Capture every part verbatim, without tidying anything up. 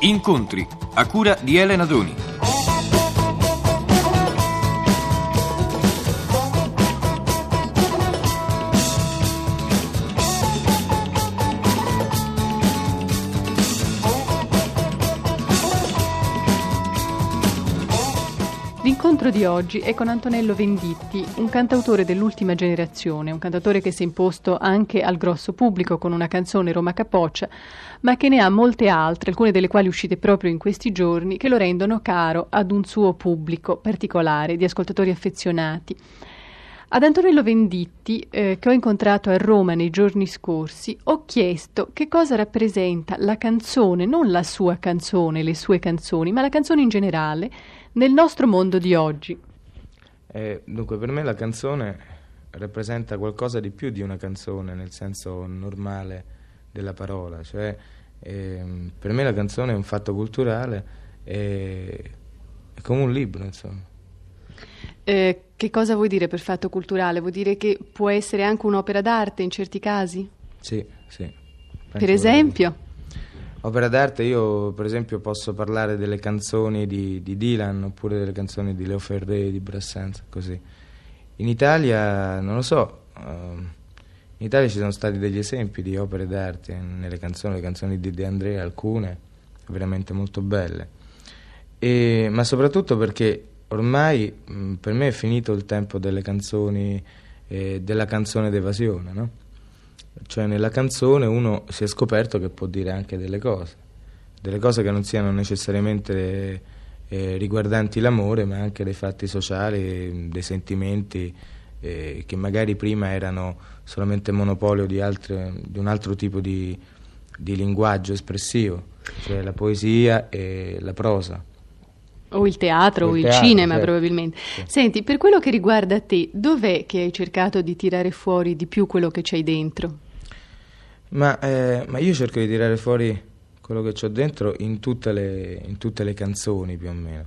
Incontri, a cura di Elena Doni. L'incontro di oggi è con Antonello Venditti, un cantautore dell'ultima generazione, un cantautore che si è imposto anche al grosso pubblico con una canzone Roma Capoccia, ma che ne ha molte altre, alcune delle quali uscite proprio in questi giorni, che lo rendono caro ad un suo pubblico particolare, di ascoltatori affezionati. Ad Antonello Venditti, eh, che ho incontrato a Roma nei giorni scorsi, ho chiesto che cosa rappresenta la canzone, non la sua canzone, le sue canzoni, ma la canzone in generale, nel nostro mondo di oggi. Eh, dunque, per me la canzone rappresenta qualcosa di più di una canzone, nel senso normale della parola. Cioè, ehm, per me la canzone è un fatto culturale, è, è come un libro, insomma. Eh, che cosa vuoi dire per fatto culturale? Vuol dire che può essere anche un'opera d'arte in certi casi? Sì, sì. Per esempio? Opera d'arte, io per esempio posso parlare delle canzoni di, di Dylan oppure delle canzoni di Leo Ferré, di Brassens, così. In Italia, non lo so, uh, in Italia ci sono stati degli esempi di opere d'arte nelle canzoni, le canzoni di De André, alcune veramente molto belle, e, ma soprattutto perché ormai mh, per me è finito il tempo delle canzoni, eh, della canzone d'evasione, no? Cioè nella canzone uno si è scoperto che può dire anche delle cose, delle cose che non siano necessariamente eh, riguardanti l'amore, ma anche dei fatti sociali, dei sentimenti eh, che magari prima erano solamente monopolio di, altre, di un altro tipo di, di linguaggio espressivo, cioè la poesia e la prosa. O il teatro o il, o il teatro, cinema, certo. Probabilmente. Sì. Senti, per quello che riguarda te, dov'è che hai cercato di tirare fuori di più quello che c'hai dentro? Ma, eh, ma io cerco di tirare fuori quello che c'ho dentro in tutte le, in tutte le canzoni, più o meno.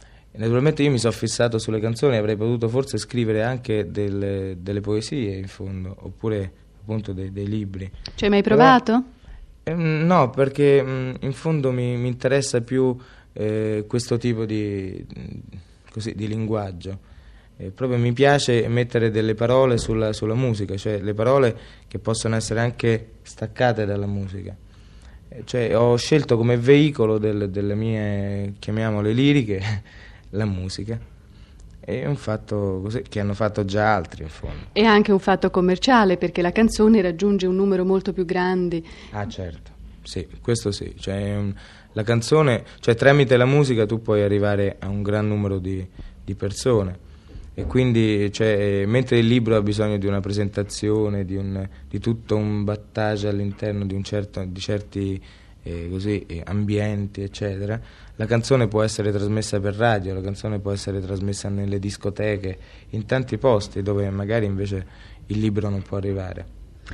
E naturalmente io mi sono fissato sulle canzoni, avrei potuto forse scrivere anche delle, delle poesie, in fondo, oppure appunto dei, dei libri. Ci hai mai provato? Però, eh, no, perché mh, in fondo mi, mi interessa più Eh, questo tipo di, così, di linguaggio. Eh, proprio mi piace mettere delle parole sulla, sulla musica, cioè le parole che possono essere anche staccate dalla musica. Eh, cioè, ho scelto come veicolo del, delle mie, chiamiamole liriche, la musica. È un fatto così, che hanno fatto già altri, in fondo. È anche un fatto commerciale, perché la canzone raggiunge un numero molto più grande. Ah, certo, sì, questo sì. Cioè, un, la canzone, cioè tramite la musica tu puoi arrivare a un gran numero di, di persone, e quindi cioè, mentre il libro ha bisogno di una presentazione, di, un, di tutto un battage all'interno di, un certo, di certi eh, così, eh, ambienti, eccetera, la canzone può essere trasmessa per radio, la canzone può essere trasmessa nelle discoteche, in tanti posti dove magari invece il libro non può arrivare.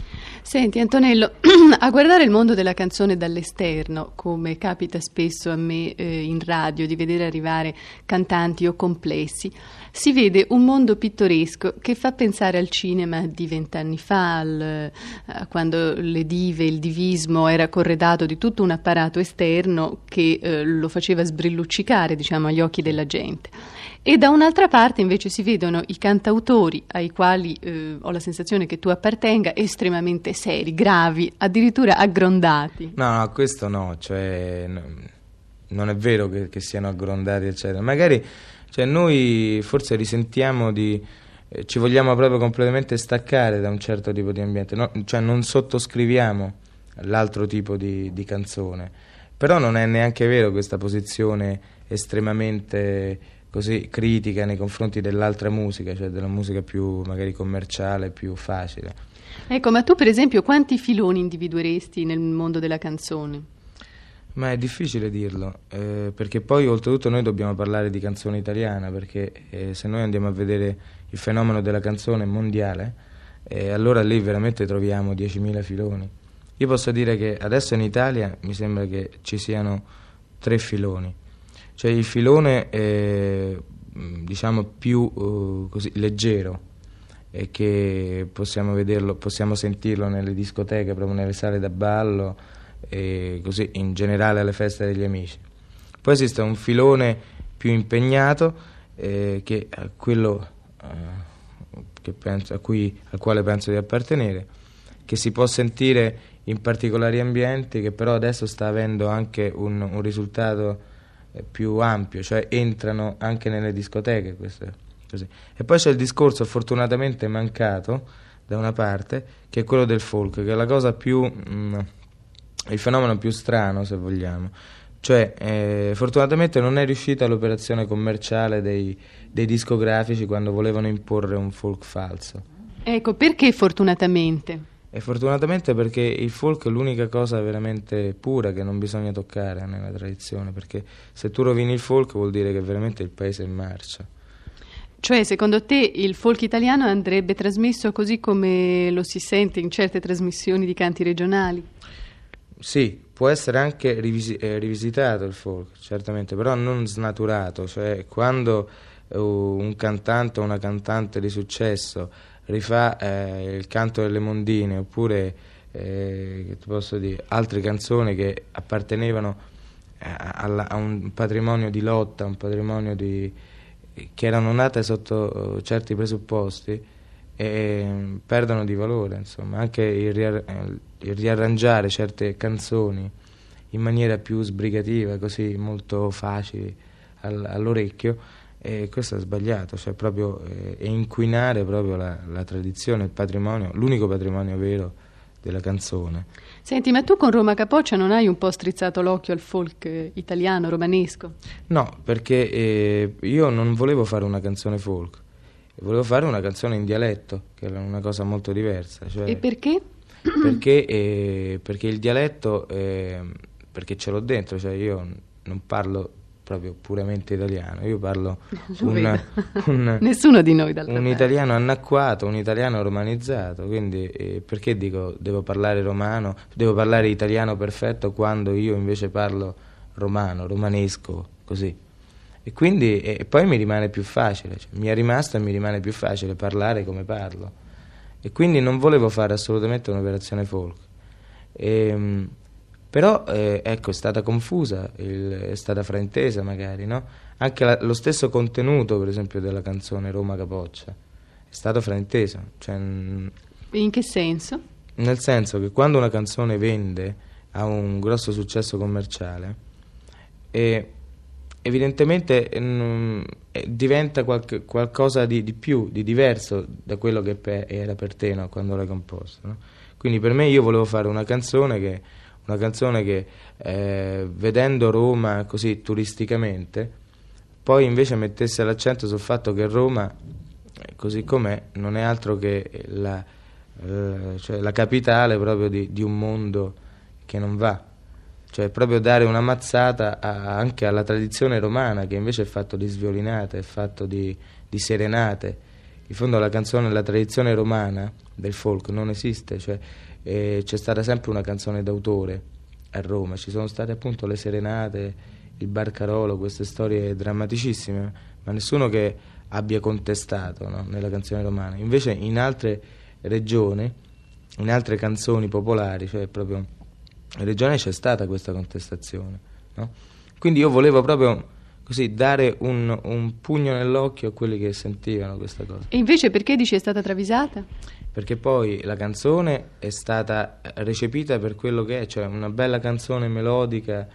Senti Antonello, a guardare il mondo della canzone dall'esterno, come capita spesso a me eh, in radio di vedere arrivare cantanti o complessi, si vede un mondo pittoresco che fa pensare al cinema di vent'anni fa, al, eh, quando le dive, il divismo era corredato di tutto un apparato esterno che eh, lo faceva sbrilluccicare, diciamo, agli occhi della gente. E da un'altra parte invece si vedono i cantautori ai quali eh, ho la sensazione che tu appartenga, estremamente seri, gravi, addirittura aggrondati. No, no, questo no, cioè no, non è vero che, che siano aggrondati, eccetera. Magari cioè, noi forse risentiamo di, eh, ci vogliamo proprio completamente staccare da un certo tipo di ambiente, no? Cioè non sottoscriviamo l'altro tipo di, di canzone, però non è neanche vero questa posizione estremamente così critica nei confronti dell'altra musica, cioè della musica più magari commerciale, più facile. Ecco, ma tu per esempio quanti filoni individueresti nel mondo della canzone? Ma è difficile dirlo, eh, perché poi oltretutto noi dobbiamo parlare di canzone italiana, perché eh, se noi andiamo a vedere il fenomeno della canzone mondiale, eh, allora lì veramente troviamo diecimila filoni. Io posso dire che adesso in Italia mi sembra che ci siano tre filoni. Cioè il filone eh, diciamo più uh, così leggero, e che possiamo vederlo, possiamo sentirlo nelle discoteche, proprio nelle sale da ballo, e così in generale alle feste degli amici. Poi esiste un filone più impegnato, eh, che è quello eh, che penso, a cui, al quale penso di appartenere, che si può sentire in particolari ambienti, che però adesso sta avendo anche un, un risultato eh, più ampio, cioè entrano anche nelle discoteche queste, così. E poi c'è il discorso fortunatamente mancato da una parte, che è quello del folk, che è la cosa più mh, il fenomeno più strano, se vogliamo. Cioè, eh, fortunatamente non è riuscita l'operazione commerciale dei, dei discografici quando volevano imporre un folk falso. Ecco, perché fortunatamente? E fortunatamente perché il folk è l'unica cosa veramente pura che non bisogna toccare nella tradizione, perché se tu rovini il folk vuol dire che veramente il paese è in marcia. Cioè, secondo te il folk italiano andrebbe trasmesso così come lo si sente in certe trasmissioni di canti regionali? Sì, può essere anche rivisi- eh, rivisitato il folk, certamente, però non snaturato, cioè quando uh, un cantante o una cantante di successo rifà eh, il canto delle mondine oppure eh, che ti posso dire, altre canzoni che appartenevano a, a, a un patrimonio di lotta, un patrimonio di, che erano nate sotto uh, certi presupposti, e perdono di valore, insomma, anche il, ria- il riarrangiare certe canzoni in maniera più sbrigativa, così molto facili al- all'orecchio, e questo è sbagliato, cioè proprio eh, è inquinare proprio la, la tradizione, il patrimonio, l'unico patrimonio vero della canzone. Senti, ma tu con Roma Capoccia non hai un po' strizzato l'occhio al folk eh, italiano, romanesco? No, perché eh, io non volevo fare una canzone folk, volevo fare una canzone in dialetto, che era una cosa molto diversa. Cioè, e perché? Perché, eh, perché il dialetto, eh, perché ce l'ho dentro, cioè io non parlo proprio puramente italiano, io parlo un, un, nessuno di noi d'altra un parte. Italiano annacquato, un italiano romanizzato, quindi eh, perché dico devo parlare romano, devo parlare italiano perfetto quando io invece parlo romano, romanesco, così. E quindi e poi mi rimane più facile, cioè, mi è rimasto e mi rimane più facile parlare come parlo, e quindi non volevo fare assolutamente un'operazione folk. E, però eh, ecco, è stata confusa, il, è stata fraintesa magari, no? Anche la, lo stesso contenuto, per esempio, della canzone Roma Capoccia è stato frainteso, cioè, in che senso? Nel senso che quando una canzone vende, ha un grosso successo commerciale, e evidentemente mh, diventa qualche, qualcosa di, di più, di diverso da quello che pe- era per te, no? Quando l'hai composto, no? Quindi per me io volevo fare una canzone che, una canzone che eh, vedendo Roma così turisticamente, poi invece mettesse l'accento sul fatto che Roma, così com'è, non è altro che la, eh, cioè la capitale proprio di, di un mondo che non va. Cioè proprio dare una mazzata a, anche alla tradizione romana, che invece è fatto di sviolinate, è fatto di, di serenate. In fondo la canzone, la tradizione romana del folk non esiste, cioè eh, c'è stata sempre una canzone d'autore a Roma, ci sono state appunto le serenate, il barcarolo, queste storie drammaticissime, ma nessuno che abbia contestato, no, nella canzone romana. Invece in altre regioni, in altre canzoni popolari, cioè proprio in regione c'è stata questa contestazione, no? Quindi io volevo proprio così dare un, un pugno nell'occhio a quelli che sentivano questa cosa. E invece perché dici è stata travisata? Perché poi la canzone è stata recepita per quello che è, cioè una bella canzone melodica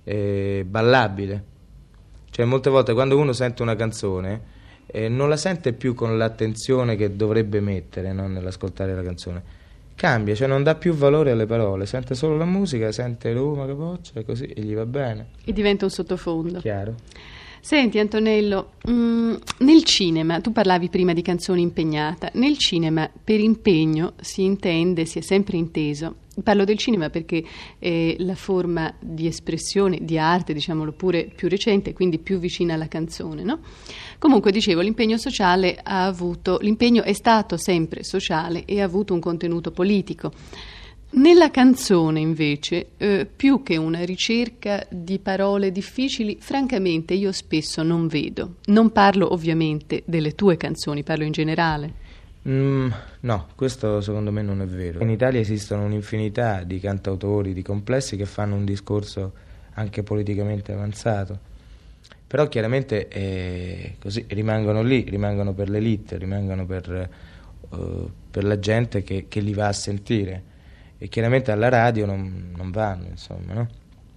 e ballabile. Cioè molte volte quando uno sente una canzone eh, non la sente più con l'attenzione che dovrebbe mettere, no, nell'ascoltare la canzone. Cambia, cioè non dà più valore alle parole, sente solo la musica, sente Roma Capoccia e così, e gli va bene. E diventa un sottofondo. Chiaro. Senti Antonello, mh, nel cinema, tu parlavi prima di canzoni impegnata, nel cinema per impegno si intende, si è sempre inteso, parlo del cinema perché è la forma di espressione, di arte, diciamolo pure, più recente, quindi più vicina alla canzone, no? Comunque dicevo, l'impegno sociale ha avuto, l'impegno è stato sempre sociale e ha avuto un contenuto politico. Nella canzone invece, eh, più che una ricerca di parole difficili, francamente io spesso non vedo. Non parlo ovviamente delle tue canzoni, parlo in generale. Mm, no, questo secondo me non è vero. In Italia esistono un'infinità di cantautori, di complessi che fanno un discorso anche politicamente avanzato, però chiaramente eh, così rimangono lì, rimangono per l'elite, rimangono per, uh, per la gente che, che li va a sentire, e chiaramente alla radio non, non vanno, insomma, no?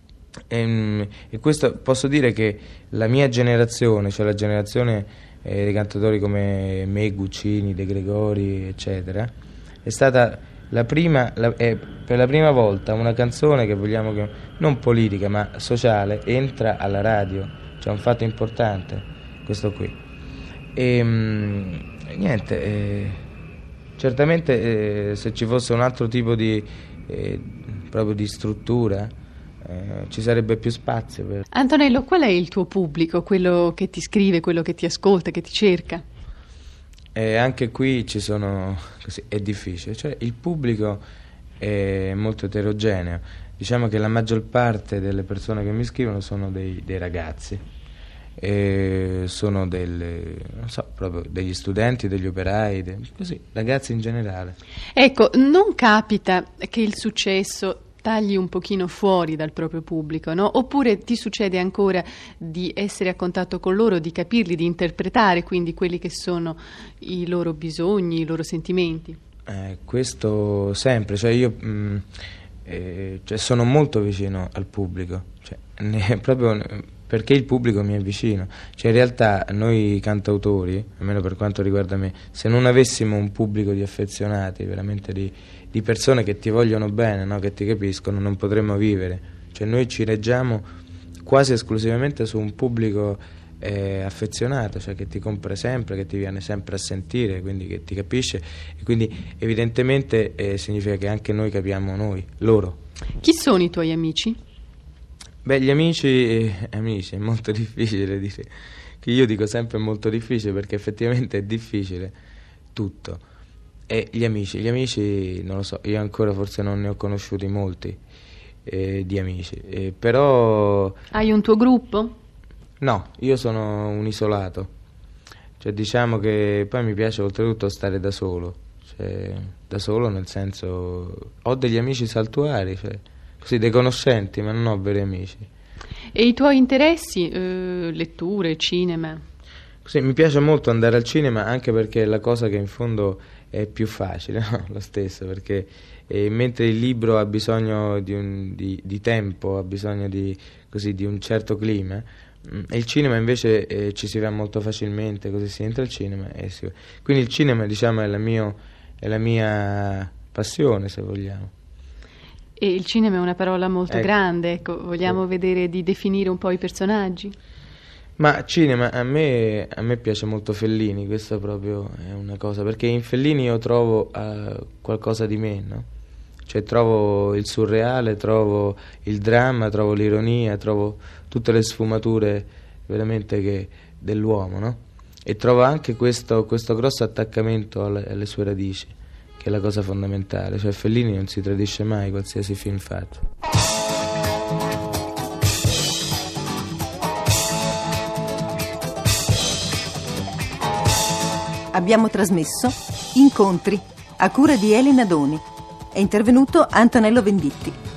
E, e questo posso dire che la mia generazione, cioè la generazione eh, dei cantatori come me, Guccini, De Gregori, eccetera, è stata la prima, la, è per la prima volta una canzone che vogliamo che non politica ma sociale entra alla radio, cioè un fatto importante questo qui. E mh, niente, eh, certamente eh, se ci fosse un altro tipo di eh, proprio di struttura, Eh, ci sarebbe più spazio per... Antonello, qual è il tuo pubblico, quello che ti scrive, quello che ti ascolta, che ti cerca? E anche qui ci sono, così, è difficile, cioè il pubblico è molto eterogeneo, diciamo che la maggior parte delle persone che mi scrivono sono dei, dei ragazzi, e sono delle, non so, proprio degli studenti, degli operai, de, così, ragazzi in generale. Ecco, non capita che il successo tagli un pochino fuori dal proprio pubblico, no? Oppure ti succede ancora di essere a contatto con loro, di capirli, di interpretare quindi quelli che sono i loro bisogni, i loro sentimenti? Eh, questo sempre, cioè io mh, eh, cioè sono molto vicino al pubblico, cioè, ne, proprio perché il pubblico mi è vicino, cioè in realtà noi cantautori, almeno per quanto riguarda me, se non avessimo un pubblico di affezionati, veramente di, di persone che ti vogliono bene, no? Che ti capiscono, non potremmo vivere, cioè noi ci reggiamo quasi esclusivamente su un pubblico eh, affezionato, cioè che ti compra sempre, che ti viene sempre a sentire, quindi che ti capisce, e quindi evidentemente eh, significa che anche noi capiamo noi, loro. Chi sono i tuoi amici? Beh, gli amici, eh, amici, è molto difficile dire, che io dico sempre molto difficile perché effettivamente è difficile tutto. E gli amici, gli amici, non lo so, io ancora forse non ne ho conosciuti molti eh, di amici, eh, però... Hai un tuo gruppo? No, io sono un isolato, cioè diciamo che poi mi piace oltretutto stare da solo, cioè da solo nel senso, ho degli amici saltuari, cioè... Così, dei conoscenti, ma non ho veri amici. E i tuoi interessi? Eh, letture, cinema? Così, mi piace molto andare al cinema, anche perché è la cosa che in fondo è più facile, no? Lo stesso, perché eh, mentre il libro ha bisogno di, un, di, di tempo, ha bisogno di, così, di un certo clima, mh, e il cinema invece eh, ci si va molto facilmente, così si entra al cinema e si va. Quindi il cinema, diciamo, è la, mio, è la mia passione, se vogliamo. E il cinema è una parola molto ecco. grande, ecco, vogliamo sì. vedere di definire un po' i personaggi? Ma cinema, a me, a me piace molto Fellini, questa proprio è una cosa, perché in Fellini io trovo uh, qualcosa di me, no? Cioè trovo il surreale, trovo il dramma, trovo l'ironia, trovo tutte le sfumature veramente che, dell'uomo, no? E trovo anche questo, questo grosso attaccamento alle, alle sue radici, che è la cosa fondamentale, cioè Fellini non si tradisce mai qualsiasi film fatto. Abbiamo trasmesso Incontri a cura di Elena Doni. È intervenuto Antonello Venditti.